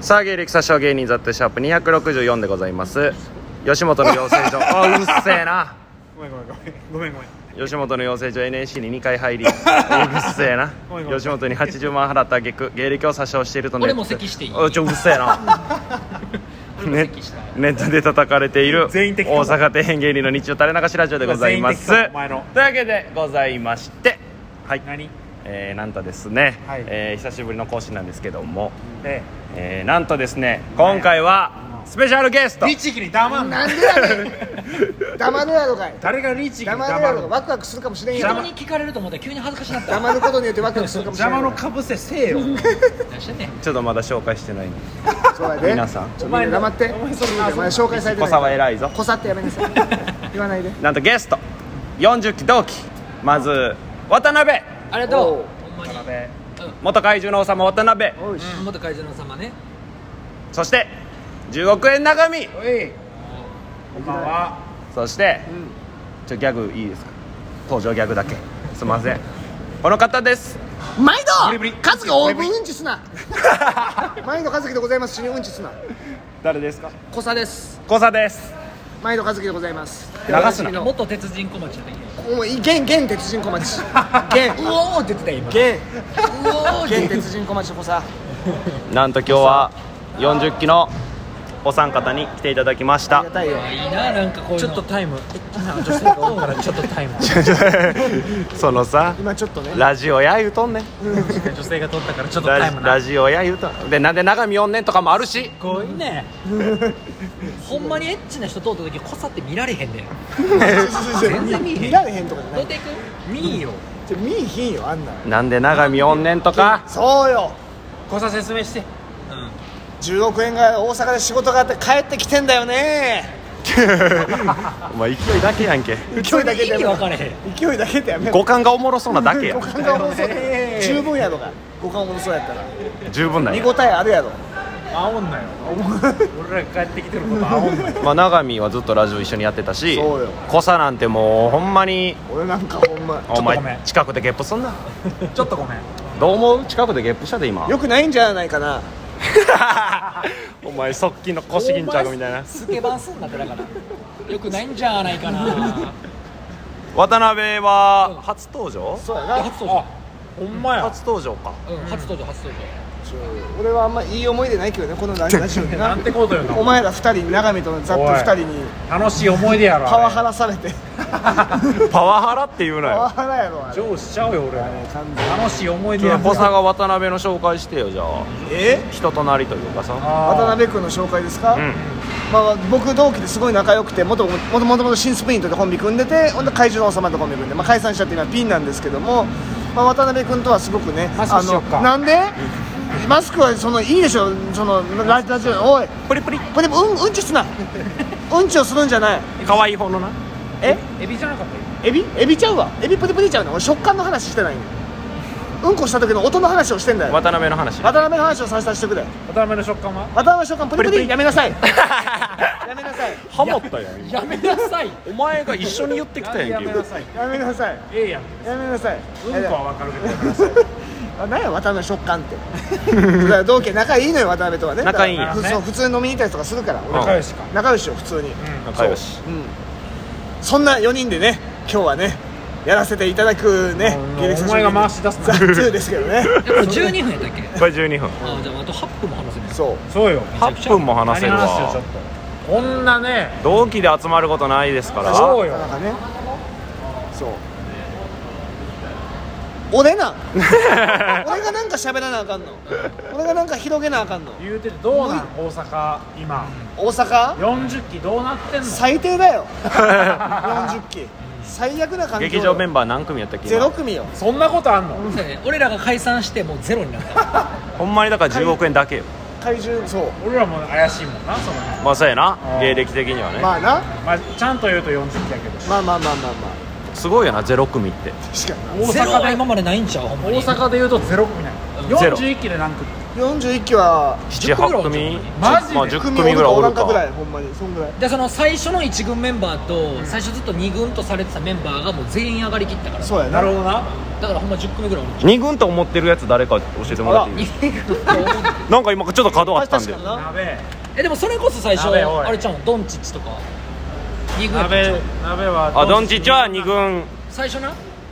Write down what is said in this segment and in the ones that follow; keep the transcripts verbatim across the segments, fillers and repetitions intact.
さあ芸歴詐称芸人ザットシャープにひゃくろくじゅうよんでございます。吉本の養成所あうるせえなごめんごめんごめんごめんごめん吉本の養成所 エヌエーシー ににかい入りうるせえな吉本にはちじゅうまん払った挙句芸歴を詐称しているとネット俺も咳していい？ おちょうるせえなネ, ネットで叩かれている大阪底辺芸人の日曜垂れ流しラジオでございます。というわけでございましてはい何えー、なんとですね、 はいえー、久しぶりの更新なんですけども、 ええー、なんとですね今回はスペシャルゲスト律儀に黙んななんでやねん黙るやろかい誰が律儀に黙るや黙るろかワクワクするかもしれん人やろに聞かれると思ったら急に恥ずかしなった黙ることによってワクワクするかもしれん邪やろ魔のかぶせせえよ何してんねん。 ちょっとまだ紹介してないんでそうやで皆さんちょっとみんな黙ってお前それお前紹介されてない小沢偉いぞ。 小さってやめなさい言わないでなんとゲストよんじゅっき同期まず渡辺ありがとう。ほんまに。 元怪獣の王様渡辺おいしうん、元怪獣の様ね。 そしてじゅうおくえん長見おいこんばんはそしてちょギャグいいですか登場ギャグだけすいませんこの方です毎ブリブリ度数が大分うんちすな毎度和樹でございますしにうんちすな誰ですか小さです小佐です毎度和樹でございます流すなの元鉄人小町の時。 もう現現鉄人小町現うおーって言ってたよ今。 現うおーって現鉄人小町小さなんと今日はよんじゅっきのお三方に来ていただきましたありがたいよいいな、なんかこういうちょの。 っとタイムエッチな女性が多いからちょっとタイムそのさ今ちょっとねラジオや言うとんねん女性が取ったからちょっとタライムなジラジオや言うとんでなんで長見おんねんとかもあるしすごいねほんまにエッチな人通った時こさって見られへんねん。 全然見られへんとかじゃないどうやっていく？ ミーよちょ見いひんよあんなんなんで長見おんねんとかそうよ小さ説明してじゅうおくえんが大阪で仕事があって帰ってきてんだよねお前勢いだけやんけ勢いだけ意で味分かれへん。 勢いだけでやめろ五感がおもろそうなだけや五感がおもろそう十分やろが五感おもろそうやったら十分なんや見応えあるやろあおんなよ俺らが帰ってきてることあおんなよまあ長見はずっとラジオ一緒にやってたしそうよ小佐なんてもうほんまに俺なんかほんまおごめん前近くでゲップすんなちょっとごめんどう思う近くでゲップしたで今よくないんじゃないかなお前側近の腰巾着みたいなスケバンすんなってだからよくないんじゃないかな。 渡辺は初登場そうやな初登場。 ほんまや初登場かうん、初登場初登場。 俺はあんまいい思い出ないけどねこのラジオでななんてことよなお前ら二人長見とザッと二人に楽しい思い出やろパワあれハラされてパワハラって言うなパワよハラやろあれ上司ちゃうよ俺完全に楽しい思い出や小佐が渡辺の紹介してよじゃあえ人となりというかさ渡辺君の紹介ですか、 うんまあ、僕同期ですごい仲良くてもともともともと新スプリントでコンビ組んでてほんで怪獣の王様とコンビ組んで、まあ、解散しちゃって今ピンなんですけども、まあ、渡辺君とはすごくねマスクしよっかなんでマスクはそのいいでしょそのララジオおいプリプリでもうんうんちすなうんちをするんじゃない可愛い方のなえエビじゃなかったエビエビちゃうわエビプリプリちゃうね俺食感の話してないのうんこした時の音の話をしてんだよ渡辺の話渡辺の話をさせてくれ渡辺の食感は渡辺の食感プリプリプリプリやめなさいやめなさいハモったやんやめなさい。 お前が一緒に言ってきたやんけやめなさいやめなさいええやんやめなさいうんこはわかるけどやめなさいあ何や渡辺の食感ってだから同期仲いいのよ渡辺とはね仲いいんやだからそう普通に飲みに行ったりとかするから俺仲良しか仲良しよ普通に、 仲良しうん、そんなよにんでね今日はねやらせていただくねうんお前が回し出すなザ・ツーですけどねえこれじゅうにふんやったっけ？ これじゅうにふんあ、じゃああとはっぷんも話せる。 そうそうよはっぷんも話せる何話すよちょっわとこんなね同期で集まることないですからそうよなんかねそう俺な俺がなんか喋らなあかんの俺がなんか広げなあかんの言うててどうなん大阪今大阪よんじゅっきどうなってんの最低だよよんじゅっき最悪な感じ劇場メンバー何組やったっけゼ今ロ組よそんなことあんのそうやね俺らが解散してもうゼロになった。 ほんまにだからじゅうおくえんだけよ怪獣そう俺らも怪しいもんなそのまあそうやなー芸歴的にはね、 まあなまあちゃんと言うとよんじゅっきやけどまあまあまあまあまあすごいよなゼロ組って確かに大ゼロは阪で今までないんちゃうほんまに。 大阪で言うとゼロ組なのゼロよんじゅういっきで何組よんじゅういっきはななはち組マジでまあ、じゅっ組ぐらいおるかぐらいほんまにそんぐらいでその最初のいち軍メンバーと、最初ずっとに軍とされてたメンバーがもう全員上がりきったからそうやななるほどな。 だからほんまじゅっ組ぐらいおるに軍と思ってるやつ誰か教えてもらっていい？ に軍と思うなんか今ちょっと角あったんで確かにな鍋えでもそれこそ最初鍋おいあれちゃうんドンチッチとかに軍やったんちゃ鍋う鍋はあドンチッチはに軍最初な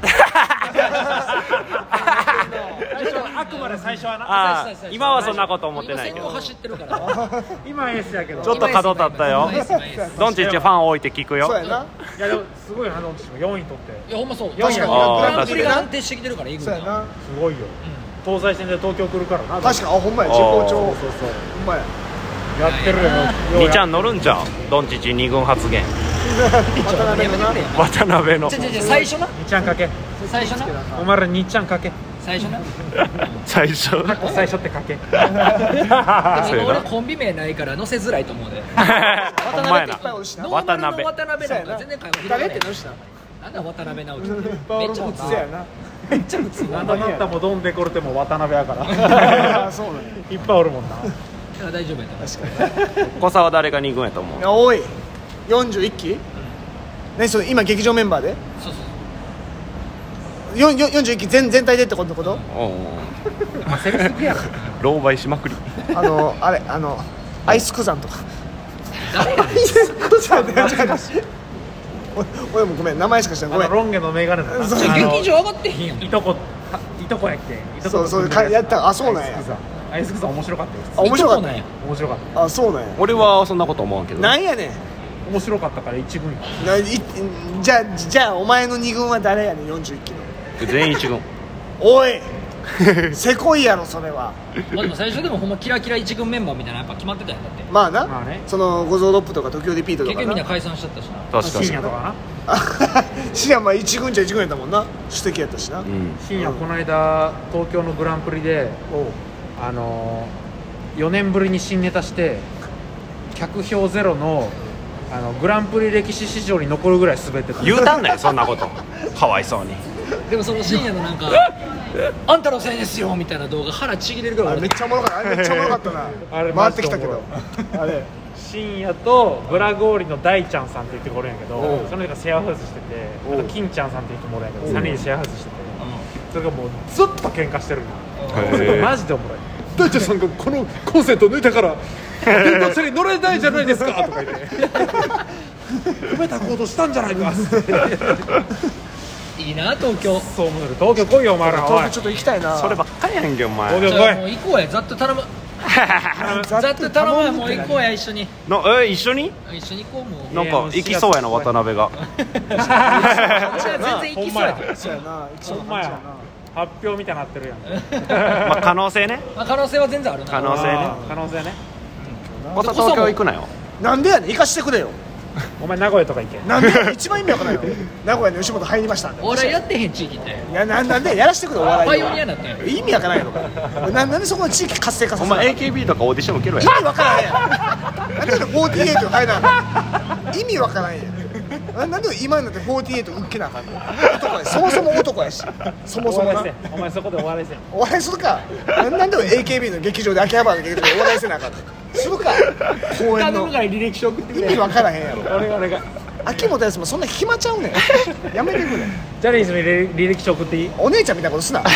最初あくまで最初はな。 あ最初最初今はそんなこと思ってないけど今先頭走ってるから今エースやけど。 ちょっと角立ったよ今 エス 今 エスドンチッチファン多いって聞くよそうやないやでもすごいな、ドンチッチもよんい取っていやほんまそう確かにグあーランプリが安定してきてるからイーグルがそうやなすごいよ。東西線で東京来るからな。 確かにあほんまや神保町そうそうほんまややってるよ。 にちゃん乗るんじゃんドンチッチに軍発言渡辺のな渡辺のじゃじゃじゃ最初なにちゃんかけ。 最初なお前らにちゃんかけ。 最初な最初最初ってかけ。 でも今俺コンビ名ないから載せづらいと思うでほんまやいっぱいおるしなノーマルの渡辺渡辺なんか全然会話広が誰らないってどうしたなんだ渡辺直樹ってめっちゃ普通そうやなめっちゃ普通あなたもドンデコルテも渡辺やからあそうなんやいっぱいおるもんな。 大丈夫やった確かに小沢誰がに軍やと思ういや多いよんじゅういっき何それ今劇場メンバーでそうそうよんよんよんじゅういっき全全体でってことことおうおう焦りすぎやろ。 狼狽しまくりあのあれあのアイスクザンとか誰やねんアイスクザンって俺俺もごめん名前しか知らんごめんあのロン毛のメガネのな。 そうじゃああの劇場上がってへんやんいとこいとこやっけ。いとこそうそうかやったあそうなんやアイスクさん面白かったよ。 あ面白かっいとこなんや面白かったあそうなんや俺はそんなこと思わんけどなんやねんた。面白かったから一軍や。 ないじゃあじゃあお前のに軍は誰やねんよんじゅういっきの全員一軍おいせこいやろそれはまあでも最初でもほんまキラキラ一軍メンバーみたいなのやっぱ決まってたやんだってまあな、 まあねその五臓六腑とか東京リピートとか結局みんなな解散しちゃったしな確かに深夜とかな。 深夜まあ一軍じゃ一軍やったもんな主敵やったしな、 うん深夜この間東京のグランプリでおうあのー、よねんぶりに新ネタして客票ゼロのあのグランプリ歴史史上に残るぐらい滑ってた。 言うたんなよそんなことかわいそうにでもその深夜のなんかあんたのせいですよみたいな動画腹ちぎれるぐらいあれめっちゃおもろかったあれめっちゃおもろかったなあれ回ってきたけどマあれ深夜とブラゴーリの大ちゃんさんって言ってこるんやけどおうその人がシェアハウスしてておうあと金ちゃんさんっていう人もおるんやけどおうさんにんでシェアハウスしててそれがもうずっと喧嘩してるんやそれへーがマジでおもろい。 大ちゃんさんがこのコンセント抜いたから電動車に乗れないじゃないですかとか言って埋めた行動したんじゃないかっていいな東京そう思う東京来いよお前らおい東京ちょっと行きたいなそればっかりやんけお前東京じゃあもう行こうやざっと頼むざっと頼むやもう行こうや一緒になえ一緒に一緒に行こうもうなんか行きそうやな渡辺が俺は全然行きそうやでそうやな行きそうほんまやな感じやな発表みたいになってるやんまあ可能性ねまあ可能性は全然あるな可能性ねあー可能性ね小沢東京行くなよなんでやねん行かしてくれよお前名古屋とか行けなんで一番意味わからないよ名古屋に吉本入りましたんでお笑いやってへん地域っていやななんでやらしてくれお笑いをパイオニアになったんや意味わからないのかななんでそこの地域活性化させなお前 エーケービー とかオーディション受けろや意味わからんやんなんでフォーティーエイトに入らなあかん意味わからんやんなんで今になってフォーティーエイト受けなあかんの男やそもそも男やしそもそもなお笑いせんお前そこでお笑いせんお笑いするかなんで エーケービー の劇場で秋葉原の劇場でお笑いせなあかんのするか公演の頼むから履歴書送ってくれ意味わからへんやろ俺が俺が秋元康もそんな暇ちゃうねんやめてくれジャニーズに履履歴書送っていいお姉ちゃんみたいなことすな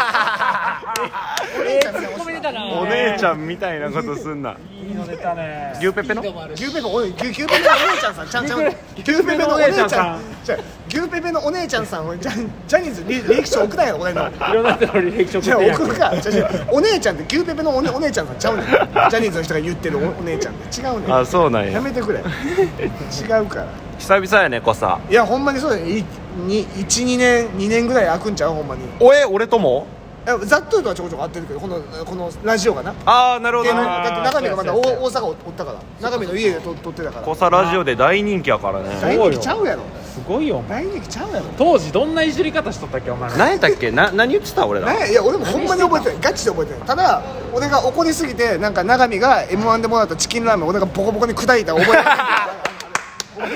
お姉ちゃんみたいなことすなコメントだなお姉ちゃんみたいなことすんないいの出たね牛ペペのいいとこあるし牛ペペおい牛牛ペペのお姉ちゃんさんちゃんちゃん牛ペペのお姉ちゃんじゃ牛ペペのお姉ちゃんさんをジャジャニーズ履履歴書送らんやろ俺のいろんな人の履歴書じゃあ送ってやん送るかじゃあじゃあお姉ちゃんって牛ペペのお,、ね、お姉ちゃんさんちゃうねんジャニーズの人が言ってるおお姉ちゃんって違うねんあそうなんややめてくれ違うから久々やね小沢いやほんまにそうだよいにいちにねんにねんぐらい空くんちゃうほんまにおえ俺ともいやざっというとはちょこちょこ会ってるけどこのこのラジオがなああなるほどね芸能だって中身がまだ大そうやそうや大阪おったから中身の家で撮撮ってたから小沢ラジオで大人気やからね大人気ちゃうやろすごいよお前大人気ちゃうやろ当時どんないじり方しとったっけお前ら何やったっけな何言ってた俺らなんやいや俺もほんまに覚えてないガチで覚えてないただ俺が怒りすぎてなんか永見が エムワン でもらったチキンラーメン俺がボコボコに砕いた覚えがあれ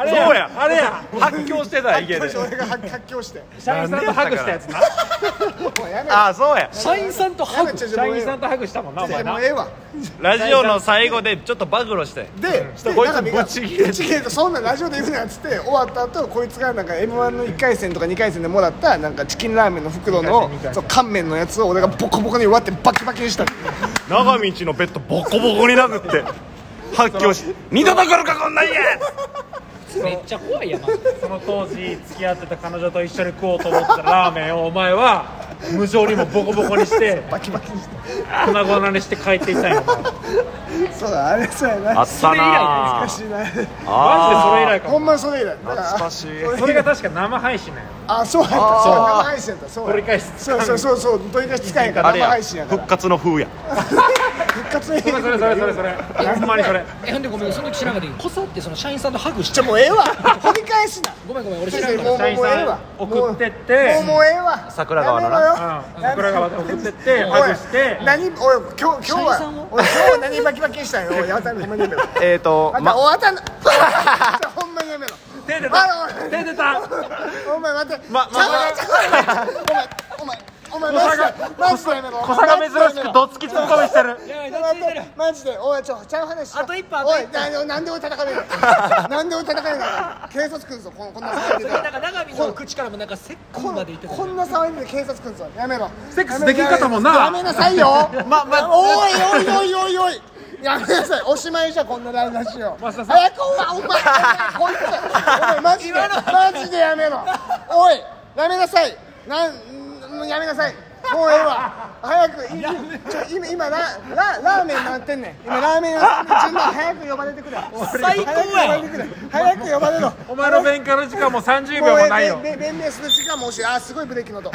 れそうやあれや発狂してた池で発狂して俺が発狂して社員さんとハグしたやつなもうやめろああそうや社員さんとハグ社員さんとハグしたもんなお前なもうええわラジオの最後でちょっと暴露してでとこいつぶち切れてぶち切れてそんなラジオで言うなっつって終わった後こいつがなんか エムワン のいっかい戦とかにかい戦でもらったなんかチキンラーメンの袋のにかい戦そう乾麺のやつを俺がボコボコに割ってバキバキにした長道のベッドボコボコに殴って発狂し二度と来るかこんなんやめっちゃ怖いやなその当時付き合ってた彼女と一緒に食おうと思ったラーメンをお前は無情にもボコボコにしてバキバキにして粉々にして帰っていったんよお前そうだあれそうやなあったな懐かしいなマジでそれ以来かもほんまにそれ以来懐かしいそれが確か生配信なんよあそうやったそう生配信やったそうや取り返しそうそうそうそう取り返し使えんから生あれや配信やから復活の風や復活にそれそれそれそれそれほんまにそれえほんでごめんその時知らなかったけどこそってその社員さんとハグしじゃもうええわ掘り返すなごめんごめん俺知らんからもう社員もうええわさん送ってってもうもうええわ桜川のなやうんめろよ桜川で送ってってハグしておい何おい今日今日社員さんはをおい今日は何バキバキにしたんよおいやめろほんまにやめろえーとまたまおあたんほんまにやめろ手出あたおい手出たお前待ってまちゃうわちゃうわお前お前お前マジでマジでやめろ小佐が珍しくどっつきツッコミしてるいやいや待ってマジでおいちょちゃう話しろあと一歩あと一歩おいななんで俺叩かれるのなんで俺叩かれるの警察来るぞこんこんな騒いでたらなんか長見の口からもなんかせっここんまで言ってたこんな騒いでて警察来るぞやめろセックスできんかったもんなやめなさいよままおいおいおいおいおいやめなさいおしまいじゃこんなラインなしよ増田さん早くお前お前こいつお前マジでマジでやめろおいやめなさいなんんやめなさいもうええわ早くいちょ今今ラララーメン回ってんねん今ラーメンやってんねん順番早く呼ばれてくれ最高やん早く呼ばれてくれ早く呼ばれろお前の勉強の時間もさんじゅうびょうもないよもうええべべ弁明する時間も欲しいあすごいブレーキの音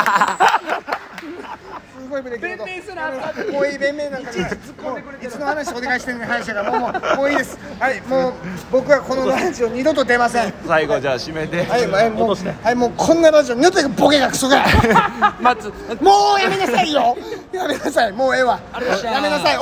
すごいブレーキの音弁明すなあかんもういい弁明なんかいつの話お願いしてんの話だからもうもうもういいですはいもう僕はこのラジオ二度と出ません最後じゃあ締めてはいはいもうはいもうこんなラジオ二度とボケがクソが待つもうやめなさいよやめなさいもうええわやめなさい